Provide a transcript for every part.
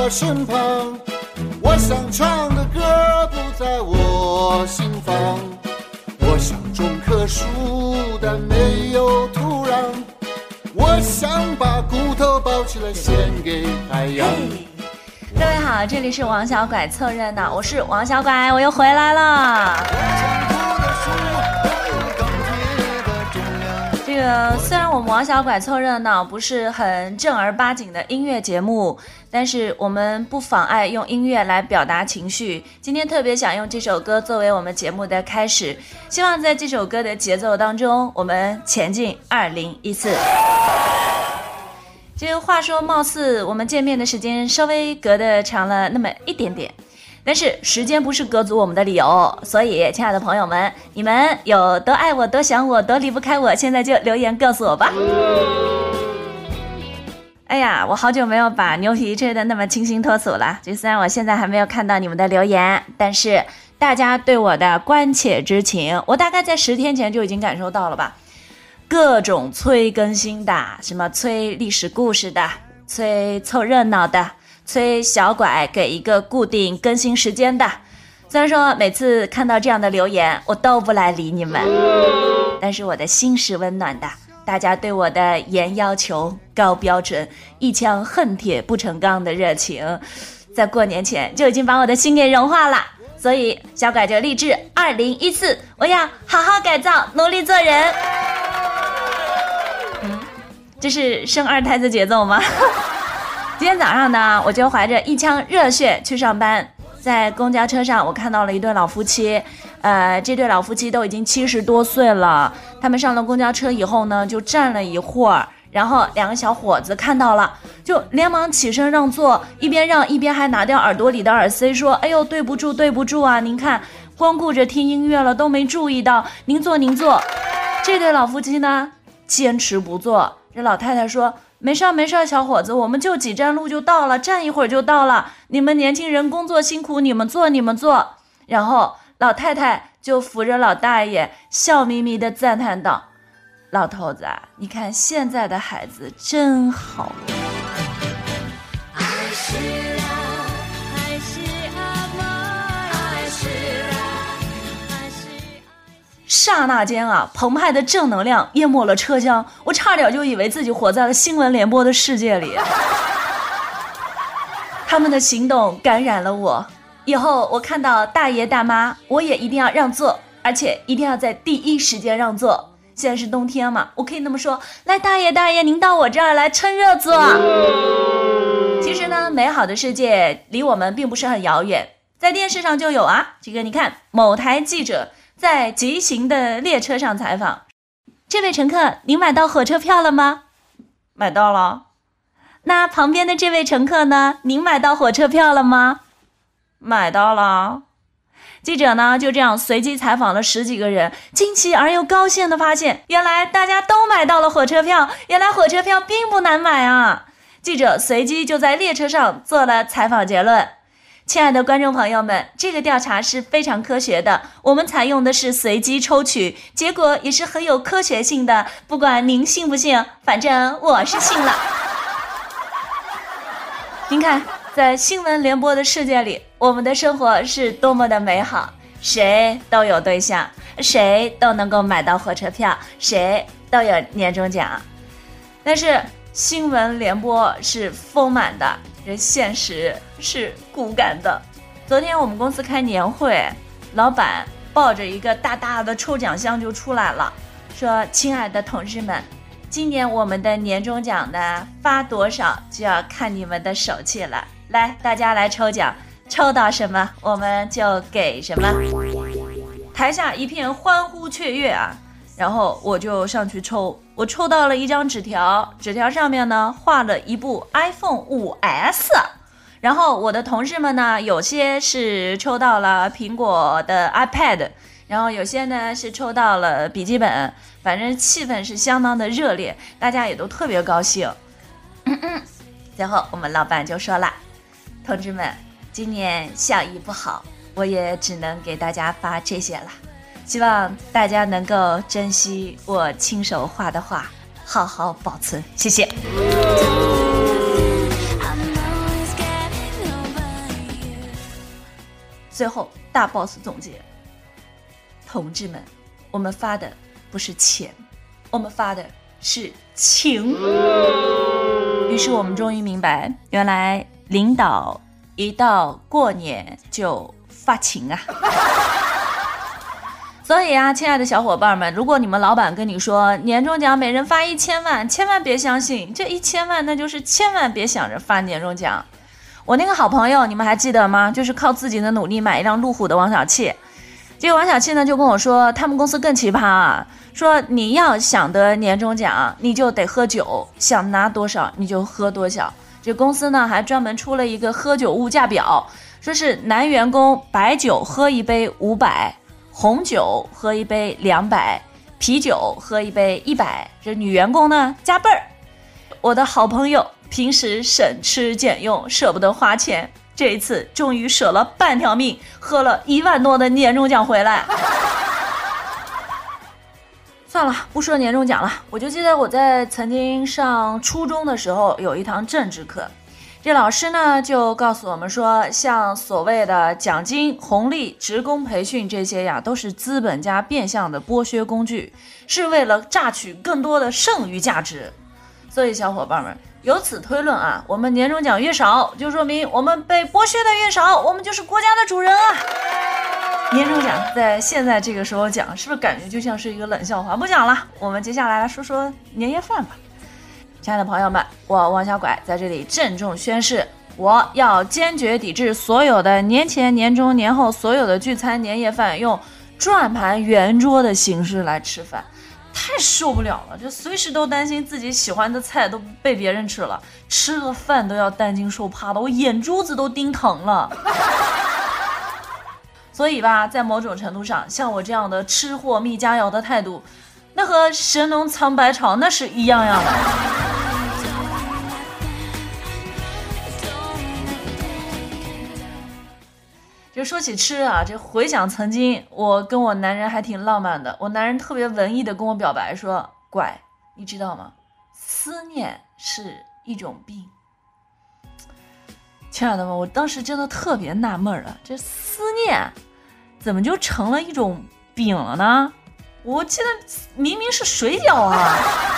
我身旁，我想唱的歌不在我心房，我想种棵树但没有土壤，我想把骨头包起来献给海洋。 各位好，这里是王小拐凑热闹，我是王小拐，我又回来了。这个虽然我们王小拐凑热闹不是很正儿八经的音乐节目，但是我们不妨碍用音乐来表达情绪。今天特别想用这首歌作为我们节目的开始，希望在这首歌的节奏当中，我们前进2014。这个话说，貌似我们见面的时间稍微隔得长了那么一点点，但是时间不是隔阻我们的理由，所以亲爱的朋友们，你们有多爱我，多想我，多离不开我，现在就留言告诉我吧。哎呀，我好久没有把牛皮吹得那么清新脱俗了。就虽然我现在还没有看到你们的留言，但是大家对我的关切之情，我大概在10天前就已经感受到了吧。各种催更新的，什么催历史故事的，催凑热闹的，催小拐给一个固定更新时间的。虽然说每次看到这样的留言我都不来理你们，但是我的心是温暖的，大家对我的严要求高标准，一腔恨铁不成钢的热情，在过年前就已经把我的心给融化了。所以小拐就立志2014我要好好改造，努力做人。这是生2胎的节奏吗？今天早上呢，我就怀着一腔热血去上班，在公交车上我看到了一对老夫妻，这对老夫妻都已经70多岁了，他们上了公交车以后呢，就站了一会儿，然后2个小伙子看到了，就连忙起身让座，一边让一边还拿掉耳朵里的耳塞说，哎呦，对不住对不住啊，您看光顾着听音乐了都没注意到，您坐您坐。这对老夫妻呢坚持不坐，这老太太说，没事没事，小伙子，我们就几站路就到了，站一会儿就到了，你们年轻人工作辛苦，你们坐你们坐。然后老太太就扶着老大爷笑眯眯地赞叹道，老头子啊，你看现在的孩子真好。刹那间啊，澎湃的正能量淹没了车厢，我差点就以为自己活在了新闻联播的世界里。他们的行动感染了我，以后我看到大爷大妈，我也一定要让座，而且一定要在第一时间让座。现在是冬天嘛，我可以那么说，来大爷大爷，您到我这儿来趁热坐。其实呢，美好的世界离我们并不是很遥远，在电视上就有啊。这个你看，某台记者在急行的列车上采访，这位乘客，您买到火车票了吗？买到了。那旁边的这位乘客呢？您买到火车票了吗？买到了。记者呢就这样随机采访了10几个人，惊奇而又高兴地发现，原来大家都买到了火车票，原来火车票并不难买啊。记者随机就在列车上做了采访结论。亲爱的观众朋友们，这个调查是非常科学的，我们采用的是随机抽取，结果也是很有科学性的，不管您信不信，反正我是信了。您看，在新闻联播的世界里，我们的生活是多么的美好，谁都有对象，谁都能够买到火车票，谁都有年终奖。但是新闻联播是丰满的，这现实是骨感的。昨天我们公司开年会，老板抱着一个大大的抽奖箱就出来了，说，亲爱的同事们，今年我们的年终奖呢发多少就要看你们的手气了，来，大家来抽奖，抽到什么我们就给什么。台下一片欢呼雀跃啊，然后我就上去抽，我抽到了一张纸条，纸条上面呢画了一部 iPhone 5S， 然后我的同事们呢有些是抽到了苹果的 iPad， 然后有些呢是抽到了笔记本，反正气氛是相当的热烈，大家也都特别高兴。最后我们老板就说了，同志们，今年效益不好，我也只能给大家发这些了，希望大家能够珍惜我亲手画的画，好好保存，谢谢。 最后大 boss 总结，同志们，我们发的不是钱，我们发的是情。于是我们终于明白，原来领导一到过年就发情啊。所以啊，亲爱的小伙伴们，如果你们老板跟你说年终奖每人发1000万，千万别相信，这1000万那就是千万别想着发年终奖。我那个好朋友你们还记得吗？就是靠自己的努力买一辆路虎的王小气。这个王小气呢就跟我说，他们公司更奇葩啊，说你要想得年终奖你就得喝酒，想拿多少你就喝多少。这公司呢还专门出了一个喝酒物价表，说是男员工白酒喝一杯500，红酒喝一杯200，啤酒喝一杯100，这女员工呢加倍儿。我的好朋友平时省吃俭用，舍不得花钱，这一次终于舍了半条命，喝了1万多的年终奖回来。算了，不说年终奖了，我就记得我在曾经上初中的时候有一堂政治课，这老师呢就告诉我们说，像所谓的奖金、红利、职工培训这些呀，都是资本家变相的剥削工具，是为了榨取更多的剩余价值。所以小伙伴们，由此推论啊，我们年终奖越少，就说明我们被剥削的越少，我们就是国家的主人啊。年终奖在现在这个时候讲，是不是感觉就像是一个冷笑话？不讲了，我们接下来来说说年夜饭吧。亲爱的朋友们，我王小拐在这里郑重宣誓，我要坚决抵制所有的年前、年中、年后所有的聚餐年夜饭用转盘圆桌的形式来吃饭，太受不了了，就随时都担心自己喜欢的菜都被别人吃了，吃个饭都要担惊受怕的，我眼珠子都盯疼了。所以吧，在某种程度上，像我这样的吃货蜜佳肴的态度，那和神农尝百草那是一样样的。就说起吃啊，这回想曾经我跟我男人还挺浪漫的，我男人特别文艺的跟我表白说，乖，你知道吗？思念是一种病。亲爱的们，我当时真的特别纳闷了，这思念怎么就成了一种病了呢？我记得明明是水饺啊。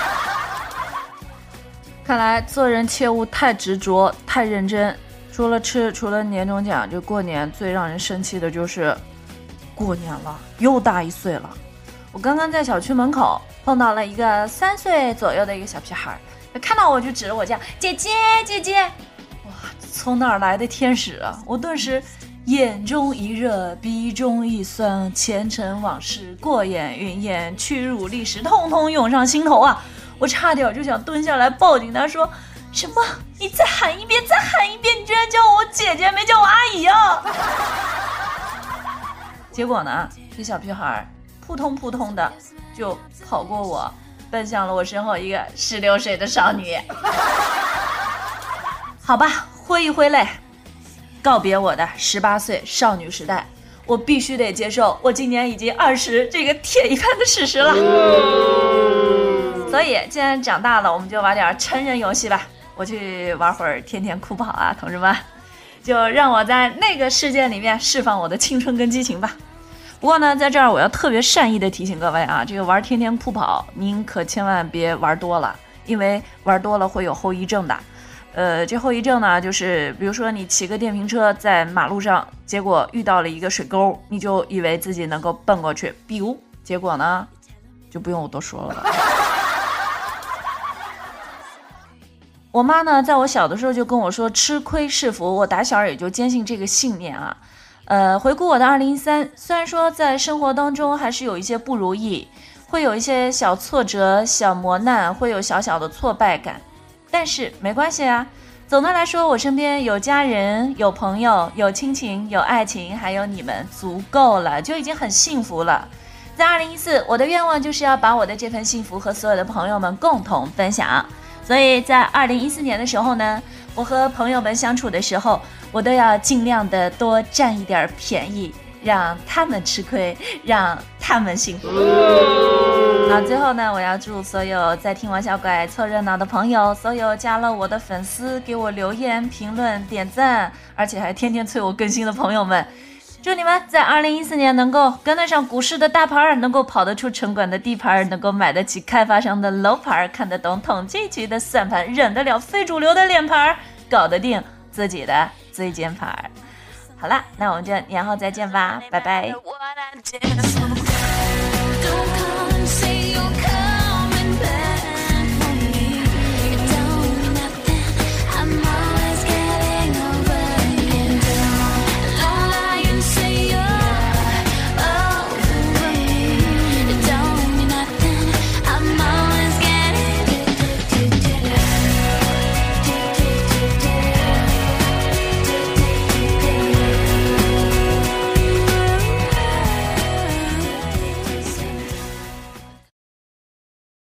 看来做人切勿太执着太认真，除了吃，除了年终奖，就过年最让人生气的就是过年了，又大1岁了。我刚刚在小区门口碰到了一个3岁左右的一个小屁孩，看到我就指着我叫姐姐姐姐。哇，从哪儿来的天使啊！我顿时眼中一热，鼻中一酸，前尘往事过眼云烟，屈辱历史通通涌上心头啊！我差点就想蹲下来抱紧他说，什么？你再喊一遍，再喊一遍！你居然叫我姐姐，没叫我阿姨啊！结果呢，这小屁孩扑通扑通的就跑过我，奔向了我身后一个16岁的少女。好吧，挥一挥泪，告别我的18岁少女时代，我必须得接受我今年已经20这个铁一般的事实了。所以既然长大了，我们就玩点成人游戏吧。我去玩会儿天天酷跑啊，同志们，就让我在那个世界里面释放我的青春跟激情吧。不过呢，在这儿我要特别善意的提醒各位啊，这个玩天天酷跑您可千万别玩多了，因为玩多了会有后遗症的。这后遗症呢，就是比如说你骑个电瓶车在马路上，结果遇到了一个水沟，你就以为自己能够蹦过去，比如结果呢，就不用我多说了吧。我妈呢，在我小的时候就跟我说，吃亏是福，我打小也就坚信这个信念啊。回顾我的2013，虽然说在生活当中还是有一些不如意，会有一些小挫折、小磨难，会有小小的挫败感，但是没关系啊。总的来说，我身边有家人、有朋友、有亲情、有爱情，还有你们，足够了，就已经很幸福了。在2014，我的愿望就是要把我的这份幸福和所有的朋友们共同分享。所以在2014年的时候呢，我和朋友们相处的时候，我都要尽量的多占一点便宜，让他们吃亏，让他们幸福。好，最后呢，我要祝所有在听王小拐凑热闹的朋友，所有加了我的粉丝，给我留言、评论、点赞，而且还天天催我更新的朋友们， 祝你们在2014年能够跟得上股市的大盘，能够跑得出城管的地盘，能够买得起开发商的楼盘，看得懂统计局的算盘，忍得了非主流的脸盘，搞得定自己的椎间盘。好了，那我们就年后再见吧，拜拜。